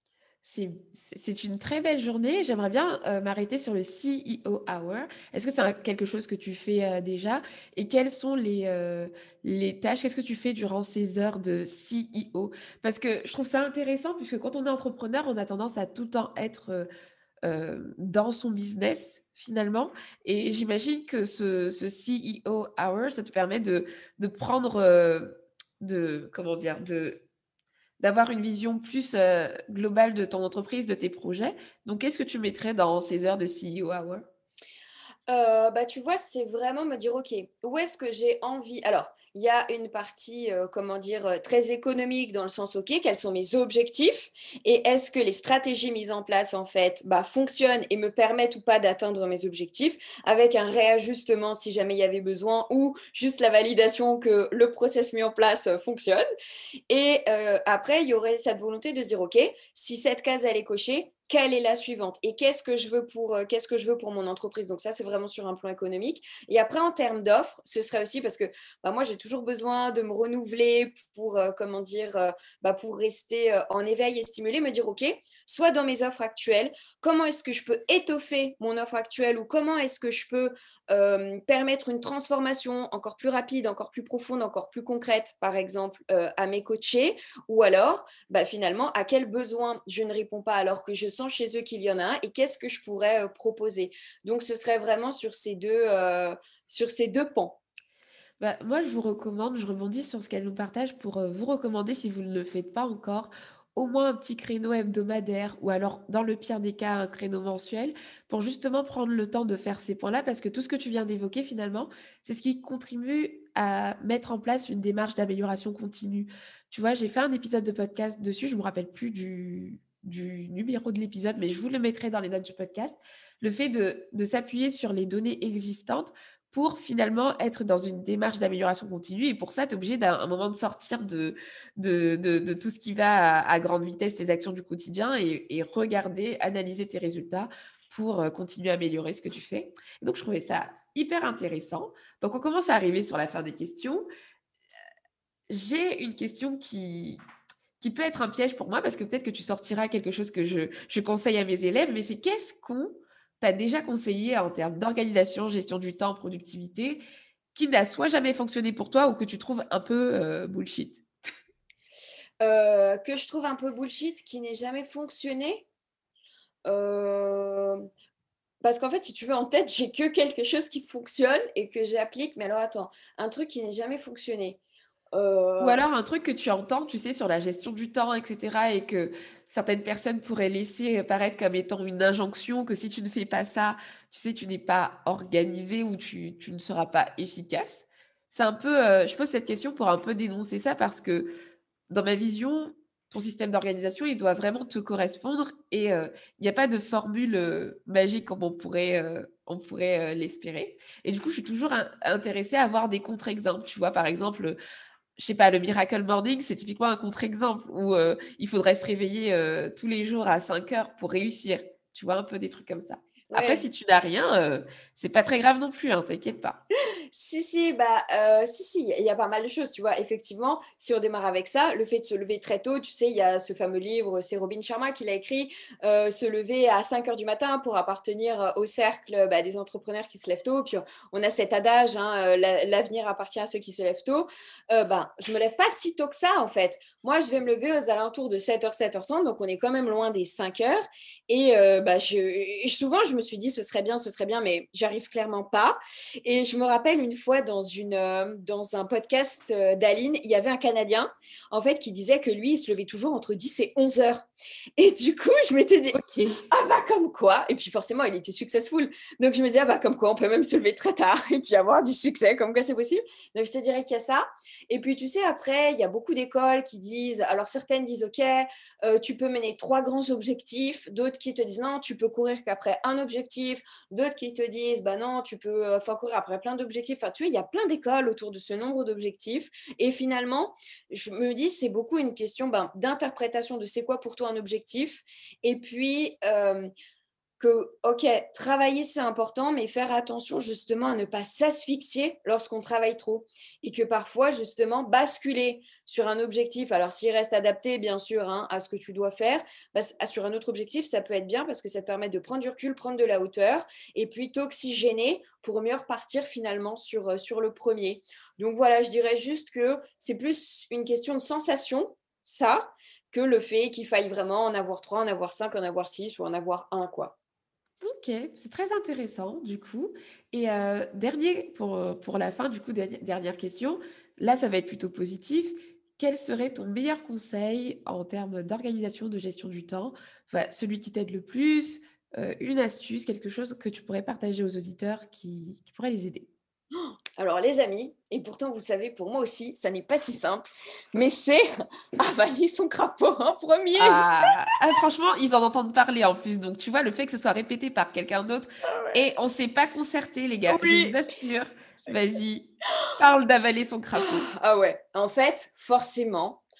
S1: C'est une très belle journée. J'aimerais bien, m'arrêter sur le CEO Hour. Est-ce que c'est quelque chose que tu fais, déjà? Et quelles sont les tâches? Qu'est-ce que tu fais durant ces heures de CEO? Parce que je trouve ça intéressant puisque quand on est entrepreneur, on a tendance à tout le temps être, dans son business finalement et j'imagine que ce CEO Hour, ça te permet de prendre, de comment dire? D'avoir une vision plus, globale de ton entreprise, de tes projets. Donc qu'est-ce que tu mettrais dans ces heures de CEO hour?
S2: Bah, tu vois, c'est vraiment me dire: «OK, où est-ce que j'ai envie?» Alors, il y a une partie, comment dire? Très économique dans le sens: «OK, quels sont mes objectifs et est-ce que les stratégies mises en place, en fait, bah, fonctionnent et me permettent ou pas d'atteindre mes objectifs?» avec un réajustement si jamais il y avait besoin ou juste la validation que le process mis en place, fonctionne. Et après, il y aurait cette volonté de se dire: «OK, si cette case elle est cochée, quelle est la suivante et qu'est-ce que je veux pour mon entreprise. Donc ça, c'est vraiment sur un plan économique. Et après, en termes d'offres, ce serait aussi parce que moi, j'ai toujours besoin de me renouveler pour, comment dire, pour rester en éveil et stimuler, me dire, OK, soit dans mes offres actuelles, comment est-ce que je peux étoffer mon offre actuelle ou comment est-ce que je peux permettre une transformation encore plus rapide, encore plus profonde, encore plus concrète, par exemple, à mes coachés, ou alors, finalement, à quel besoin je ne réponds pas alors que je sens chez eux qu'il y en a un et qu'est-ce que je pourrais proposer. Donc, ce serait vraiment sur ces deux pans.
S1: Moi, je vous recommande, je rebondis sur ce qu'elle nous partage pour vous recommander, si vous ne le faites pas encore, au moins un petit créneau hebdomadaire ou alors, dans le pire des cas, un créneau mensuel pour justement prendre le temps de faire ces points-là parce que tout ce que tu viens d'évoquer, finalement, c'est ce qui contribue à mettre en place une démarche d'amélioration continue. Tu vois, j'ai fait un épisode de podcast dessus, je ne me rappelle plus du numéro de l'épisode, mais je vous le mettrai dans les notes du podcast. Le fait de s'appuyer sur les données existantes pour finalement être dans une démarche d'amélioration continue. Et pour ça, tu es obligé d'un un moment de sortir de tout ce qui va à grande vitesse, tes actions du quotidien, et regarder, analyser tes résultats pour continuer à améliorer ce que tu fais. Et donc, je trouvais ça hyper intéressant. Donc, on commence à arriver sur la fin des questions. J'ai une question qui peut être un piège pour moi, parce que peut-être que tu sortiras quelque chose que je conseille à mes élèves, mais c'est qu'est-ce qu'on t'a déjà conseillé en termes d'organisation, gestion du temps, productivité, qui n'a soit jamais fonctionné pour toi ou que tu trouves un peu bullshit?
S2: Que je trouve un peu bullshit, qui n'ait jamais fonctionné. Euh, Parce qu'en fait, si tu veux, en tête, j'ai que quelque chose qui fonctionne et que j'applique. Mais alors, attends, un truc qui n'est jamais fonctionné.
S1: Ou
S2: Euh,
S1: alors un truc que tu entends, tu sais, sur la gestion du temps, etc., et que certaines personnes pourraient laisser paraître comme étant une injonction, que si tu ne fais pas ça, tu sais, tu n'es pas organisé ou tu ne seras pas efficace. C'est un peu, je pose cette question pour un peu dénoncer ça parce que dans ma vision, ton système d'organisation, il doit vraiment te correspondre et il n'y a pas de formule magique comme on pourrait l'espérer. Et du coup, je suis toujours intéressée à avoir des contre-exemples. Tu vois, par exemple, je sais pas, le Miracle Morning, c'est typiquement un contre-exemple où il faudrait se réveiller tous les jours à 5 heures pour réussir. Tu vois, un peu des trucs comme ça. Après,
S2: ouais.
S1: si tu n'as rien, c'est pas très grave non plus, hein, t'inquiète pas.
S2: Si, il y a pas mal de choses, tu vois. Effectivement, si on démarre avec ça, le fait de se lever très tôt, tu sais, il y a ce fameux livre, c'est Robin Sharma qui l'a écrit, se lever à 5 heures du matin pour appartenir au cercle des entrepreneurs qui se lèvent tôt. Puis on a cet adage, hein, l'avenir appartient à ceux qui se lèvent tôt. Je me lève pas si tôt que ça, en fait. Moi, je vais me lever aux alentours de 7h, 7h30, donc on est quand même loin des 5 heures. Et souvent, je me suis dit, ce serait bien, mais j'arrive clairement pas. Et je me rappelle une fois dans un podcast d'Aline, il y avait un Canadien en fait qui disait que lui, il se levait toujours entre 10 et 11 heures. Et du coup, je m'étais dit,
S1: Ok.
S2: ah comme quoi. Et puis forcément, il était successful. Donc je me disais, comme quoi, on peut même se lever très tard et puis avoir du succès, comme quoi c'est possible. Donc je te dirais qu'il y a ça. Et puis tu sais, après, il y a beaucoup d'écoles qui disent, alors certaines disent, ok, tu peux mener 3 grands objectifs, d'autres qui te disent, non, tu peux courir qu'après un objectif, d'autres qui te disent, bah non, tu peux courir après plein d'objectifs. Enfin, tu vois, il y a plein d'écoles autour de ce nombre d'objectifs. Et finalement, je me dis, c'est beaucoup une question d'interprétation de c'est quoi pour toi un objectif. Et puis, ok, travailler c'est important, mais faire attention justement à ne pas s'asphyxier lorsqu'on travaille trop. Et que parfois, justement, basculer sur un objectif, alors s'il reste adapté, bien sûr, hein, à ce que tu dois faire, sur un autre objectif, ça peut être bien parce que ça te permet de prendre du recul, prendre de la hauteur, et puis t'oxygéner pour mieux repartir finalement sur le premier. Donc voilà, je dirais juste que c'est plus une question de sensation, ça, que le fait qu'il faille vraiment en avoir 3, en avoir 5, en avoir 6 ou en avoir un, quoi.
S1: Ok, c'est très intéressant du coup. Et dernier, pour la fin, du coup, dernière question. Là, ça va être plutôt positif. Quel serait ton meilleur conseil en termes d'organisation, de gestion du temps? Enfin, celui qui t'aide le plus, une astuce, quelque chose que tu pourrais partager aux auditeurs qui pourrait les aider.
S2: Alors les amis, et pourtant vous le savez, pour moi aussi, ça n'est pas si simple, mais c'est avaler son crapaud en premier.
S1: Franchement, ils en entendent parler en plus. Donc, tu vois, le fait que ce soit répété par quelqu'un d'autre
S2: Ah ouais.
S1: et on ne s'est pas concerté, les gars, je vous
S2: Oui.
S1: assure. Vas-y, parle d'avaler son crapaud.
S2: Ah ouais, en fait, forcément,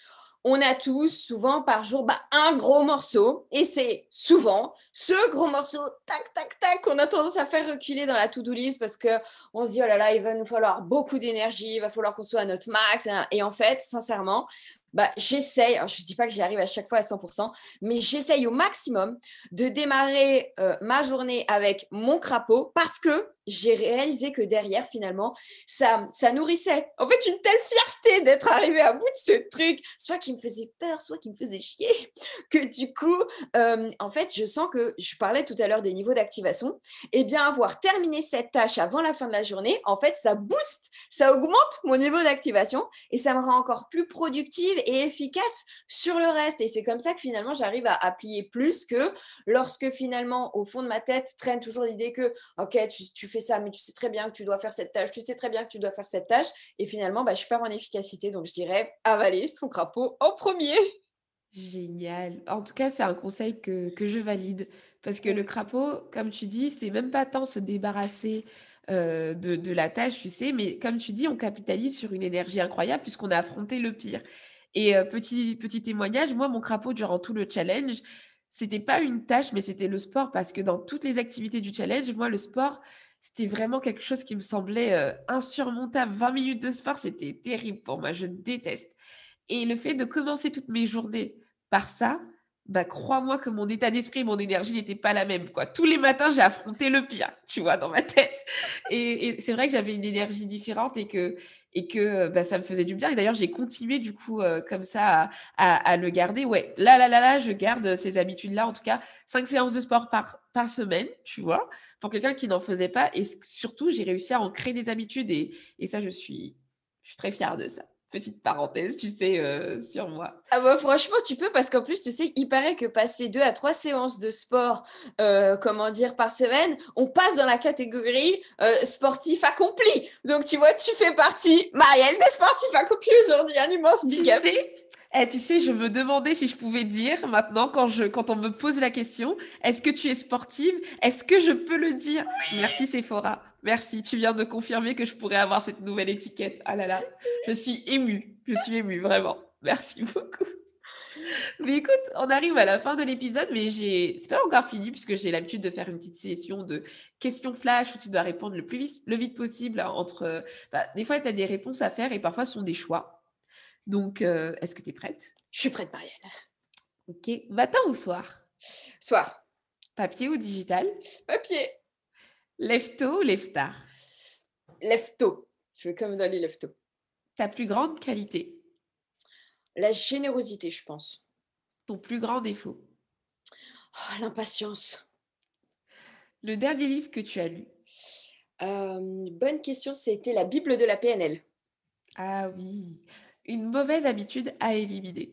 S2: on a tous, souvent par jour, un gros morceau. Et c'est souvent ce gros morceau, tac, tac, tac, qu'on a tendance à faire reculer dans la to-do list parce qu'on se dit, oh là là, il va nous falloir beaucoup d'énergie, il va falloir qu'on soit à notre max. Et en fait, sincèrement, j'essaye, alors je ne dis pas que j'y arrive à chaque fois à 100%, mais j'essaye au maximum de démarrer ma journée avec mon crapaud parce que j'ai réalisé que derrière, finalement, ça nourrissait. En fait, une telle fierté d'être arrivée à bout de ce truc, soit qui me faisait peur, soit qui me faisait chier, que du coup, en fait, je sens que, je parlais tout à l'heure des niveaux d'activation, et bien avoir terminé cette tâche avant la fin de la journée, en fait, ça booste, ça augmente mon niveau d'activation et ça me rend encore plus productive et efficace sur le reste. Et c'est comme ça que finalement, j'arrive à plier plus que lorsque finalement, au fond de ma tête, traîne toujours l'idée que, ok, tu fais ça, mais tu sais très bien que tu dois faire cette tâche, tu sais très bien que tu dois faire cette tâche. Et finalement, je perds en efficacité. Donc, je dirais avaler son crapaud en premier.
S1: Génial. En tout cas, c'est un conseil que je valide parce que le crapaud, comme tu dis, c'est même pas tant se débarrasser, de la tâche, tu sais, mais comme tu dis, on capitalise sur une énergie incroyable puisqu'on a affronté le pire et petit témoignage, moi, mon crapaud durant tout le challenge, c'était pas une tâche, mais c'était le sport parce que dans toutes les activités du challenge, moi, le sport, c'était vraiment quelque chose qui me semblait, insurmontable. 20 minutes de sport, c'était terrible pour moi, je déteste et le fait de commencer toutes mes journées par ça, crois-moi que mon état d'esprit et mon énergie n'étaient pas la même, quoi. Tous les matins, j'ai affronté le pire, tu vois, dans ma tête et c'est vrai que j'avais une énergie différente et que ça me faisait du bien et d'ailleurs, j'ai continué du coup, comme ça à le garder. Ouais, là, je garde ces habitudes-là, en tout cas 5 séances de sport par semaine, tu vois? Pour quelqu'un qui n'en faisait pas et surtout, j'ai réussi à en créer des habitudes et ça, je suis très fière de ça. Petite parenthèse, tu sais, sur moi.
S2: Ah franchement, tu peux parce qu'en plus, tu sais, il paraît que passer 2 à 3 séances de sport, comment dire, par semaine, on passe dans la catégorie sportif accompli. Donc, tu vois, tu fais partie, Marielle, des sportifs accomplis aujourd'hui. Un immense
S1: Tu
S2: big up.
S1: sais tu sais, je me demandais si je pouvais dire maintenant quand on me pose la question: «Est-ce que tu es sportive?» Est-ce que je peux le dire? Merci Sephora, merci, tu viens de confirmer que je pourrais avoir cette nouvelle étiquette. Ah là là, je suis émue vraiment. Merci beaucoup. Mais écoute, on arrive à la fin de l'épisode, mais c'est pas encore fini puisque j'ai l'habitude de faire une petite session de questions flash où tu dois répondre le vite possible entre, des fois tu as des réponses à faire et parfois ce sont des choix. Donc, est-ce que tu es prête?
S2: Je suis prête, Marielle.
S1: OK. Matin ou soir?
S2: Soir.
S1: Papier ou digital?
S2: Papier.
S1: Lève tôt ou lève tard?
S2: Lève tôt. Je vais comme dans les lève tôt.
S1: Ta plus grande qualité?
S2: La générosité, je pense.
S1: Ton plus grand défaut?
S2: Oh, l'impatience.
S1: Le dernier livre que tu as lu?
S2: Bonne question, c'était la Bible de la PNL.
S1: Ah oui. Une mauvaise habitude à éliminer?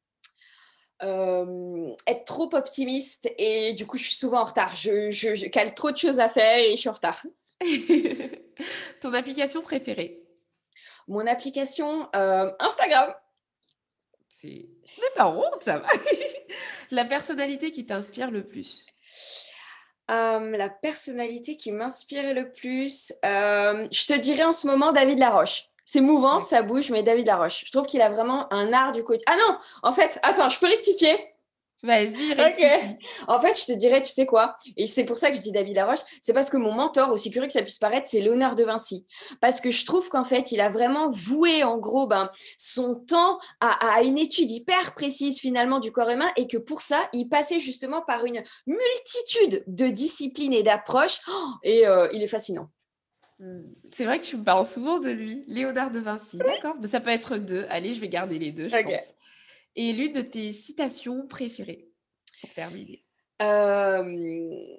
S2: Être trop optimiste et du coup, je suis souvent en retard. Je cale trop de choses à faire et je suis en retard.
S1: Ton application préférée?
S2: Mon application, Instagram.
S1: Je n'ai pas honte, ça va. La personnalité qui t'inspire le plus?
S2: La personnalité qui m'inspire le plus, je te dirais en ce moment David Laroche. C'est mouvant,
S1: D'acc
S2: ça bouge, mais David Laroche. Je trouve qu'il a vraiment un art du coach. Ah non! En fait, attends, je peux rectifier?
S1: Vas-y,
S2: OK.
S1: rectifie.
S2: En fait, je te dirais, tu sais quoi? Et c'est pour ça que je dis David Laroche, c'est parce que mon mentor, aussi curieux que ça puisse paraître, c'est Léonard de Vinci. Parce que je trouve qu'en fait, il a vraiment voué, en gros, son temps à une étude hyper précise, finalement, du corps humain, et que pour ça, il passait justement par une multitude de disciplines et d'approches, et il est fascinant.
S1: C'est vrai que tu me parles souvent de lui, Léonard de Vinci. D'accord, ça peut être 2. Allez, je vais garder les 2, je
S2: OK.
S1: pense. Et l'une de tes citations préférées, pour terminer?
S2: Euh,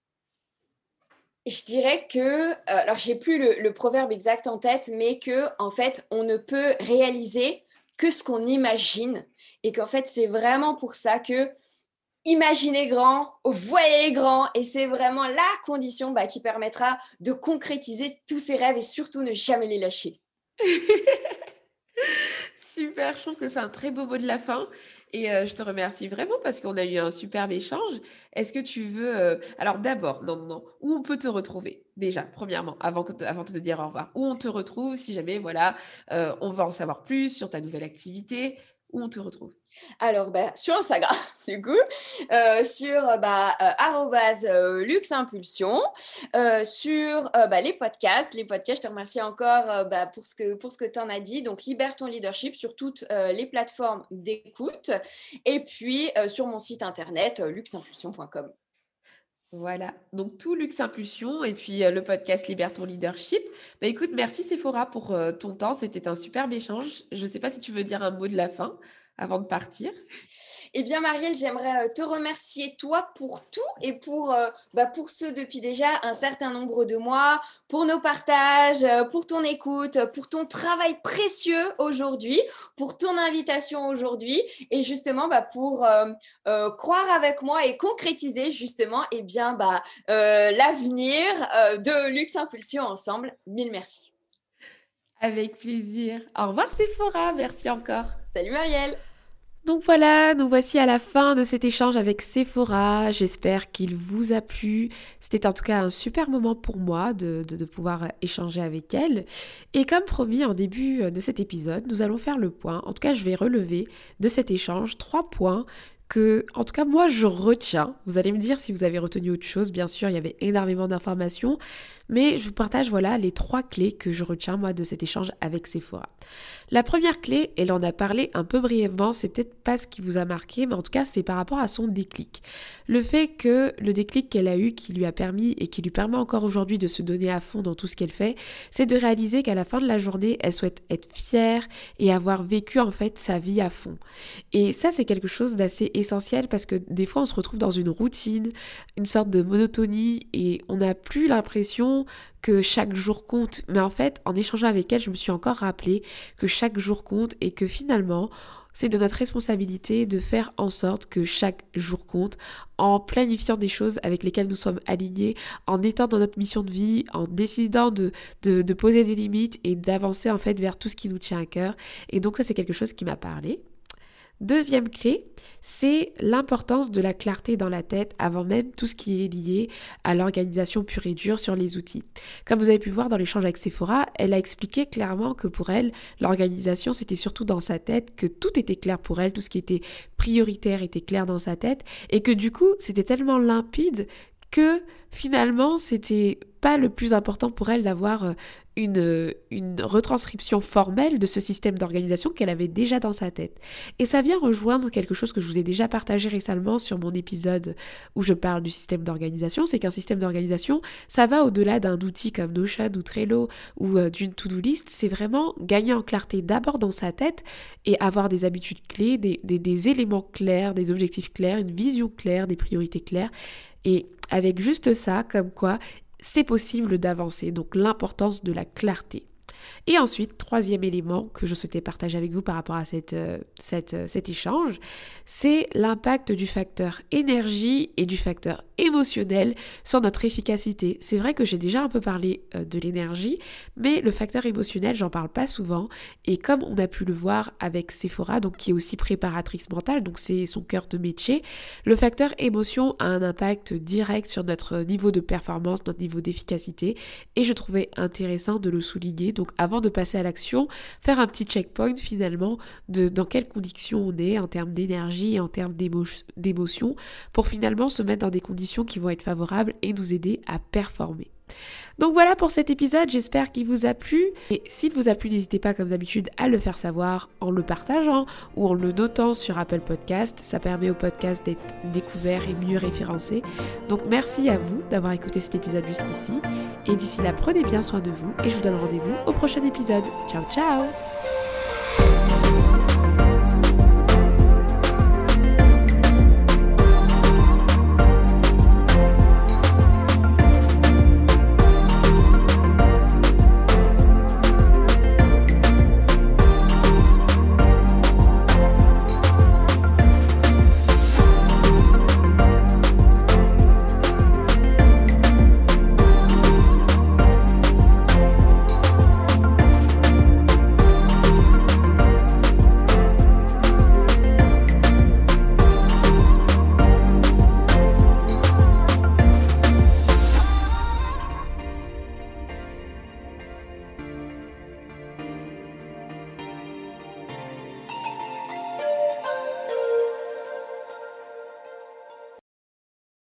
S2: Je dirais que, alors j'ai plus le proverbe exact en tête, mais que en fait, on ne peut réaliser que ce qu'on imagine et qu'en fait, c'est vraiment pour ça que imaginez grand, voyez grand et c'est vraiment la condition qui permettra de concrétiser tous ces rêves et surtout ne jamais les lâcher.
S1: Super, je trouve que c'est un très beau mot de la fin et je te remercie vraiment parce qu'on a eu un superbe échange. Est-ce que tu veux, alors d'abord, non, non, non, où on peut te retrouver? Déjà, premièrement, avant de te dire au revoir. Où on te retrouve si jamais, voilà, on veut en savoir plus sur ta nouvelle activité? où on te retrouve?
S2: Alors, sur Instagram, du coup, sur @luxeimpulsion, sur les podcasts. Les podcasts, je te remercie encore pour ce que tu en as dit. Donc, Libère ton leadership sur toutes les plateformes d'écoute. Et puis, sur mon site internet, luxeimpulsion.com.
S1: Voilà, donc tout Luxe Impulsion et puis le podcast Libère ton leadership. Bah écoute, merci Sephora pour ton temps, c'était un superbe échange. Je ne sais pas si tu veux dire un mot de la fin avant de partir.
S2: Eh bien, Marielle, j'aimerais te remercier, toi, pour tout et pour ce depuis déjà un certain nombre de mois, pour nos partages, pour ton écoute, pour ton travail précieux aujourd'hui, pour ton invitation aujourd'hui et justement pour croire avec moi et concrétiser justement l'avenir de Luxe Impulsion ensemble. Mille merci.
S1: Avec plaisir. Au revoir Sephora, merci encore.
S2: Salut Marielle.
S1: Donc voilà, nous voici à la fin de cet échange avec Sephora. J'espère qu'il vous a plu. C'était en tout cas un super moment pour moi de pouvoir échanger avec elle. Et comme promis en début de cet épisode, nous allons faire le point. En tout cas, je vais relever de cet échange 3 points que, en tout cas, moi, je retiens. Vous allez me dire si vous avez retenu autre chose. Bien sûr, il y avait énormément d'informations. Mais je vous partage, voilà, les 3 clés que je retiens, moi, de cet échange avec Sephora. La première clé, elle en a parlé un peu brièvement, c'est peut-être pas ce qui vous a marqué, mais en tout cas, c'est par rapport à son déclic. Le fait que le déclic qu'elle a eu, qui lui a permis et qui lui permet encore aujourd'hui de se donner à fond dans tout ce qu'elle fait, c'est de réaliser qu'à la fin de la journée, elle souhaite être fière et avoir vécu, en fait, sa vie à fond. Et ça, c'est quelque chose d'assez essentiel parce que des fois, on se retrouve dans une routine, une sorte de monotonie et on n'a plus l'impression que chaque jour compte. Mais en fait, en échangeant avec elle, je me suis encore rappelé que chaque jour compte et que finalement, c'est de notre responsabilité de faire en sorte que chaque jour compte, en planifiant des choses avec lesquelles nous sommes alignés, en étant dans notre mission de vie, en décidant de poser des limites et d'avancer en fait vers tout ce qui nous tient à cœur. Et donc ça, c'est quelque chose qui m'a parlé. Deuxième clé, c'est l'importance de la clarté dans la tête avant même tout ce qui est lié à l'organisation pure et dure sur les outils. Comme vous avez pu voir dans l'échange avec Sephora, elle a expliqué clairement que pour elle, l'organisation c'était surtout dans sa tête, que tout était clair pour elle, tout ce qui était prioritaire était clair dans sa tête et que du coup c'était tellement limpide que finalement c'était pas le plus important pour elle d'avoir une retranscription formelle de ce système d'organisation qu'elle avait déjà dans sa tête. Et ça vient rejoindre quelque chose que je vous ai déjà partagé récemment sur mon épisode où je parle du système d'organisation, c'est qu'un système d'organisation, ça va au-delà d'un outil comme Notion ou Trello ou d'une to-do list, c'est vraiment gagner en clarté d'abord dans sa tête et avoir des habitudes clés, des éléments clairs, des objectifs clairs, une vision claire, des priorités claires. Et avec juste ça, comme quoi, c'est possible d'avancer, donc l'importance de la clarté. Et ensuite, troisième élément que je souhaitais partager avec vous par rapport à cet échange, c'est l'impact du facteur énergie et du facteur émotionnel sur notre efficacité. C'est vrai que j'ai déjà un peu parlé de l'énergie, mais le facteur émotionnel, j'en parle pas souvent. Et comme on a pu le voir avec Sephora, donc qui est aussi préparatrice mentale, donc c'est son cœur de métier, le facteur émotion a un impact direct sur notre niveau de performance, notre niveau d'efficacité. Et je trouvais intéressant de le souligner. Donc avant de passer à l'action, faire un petit checkpoint finalement de dans quelles conditions on est en termes d'énergie et en termes d'émotion pour finalement se mettre dans des conditions qui vont être favorables et nous aider à performer. Donc voilà pour cet épisode, j'espère qu'il vous a plu. Et s'il vous a plu, n'hésitez pas comme d'habitude à le faire savoir en le partageant ou en le notant sur Apple Podcast. Ça permet au podcast d'être découvert et mieux référencé. Donc merci à vous d'avoir écouté cet épisode jusqu'ici. Et d'ici là, prenez bien soin de vous et je vous donne rendez-vous au prochain épisode. Ciao ciao!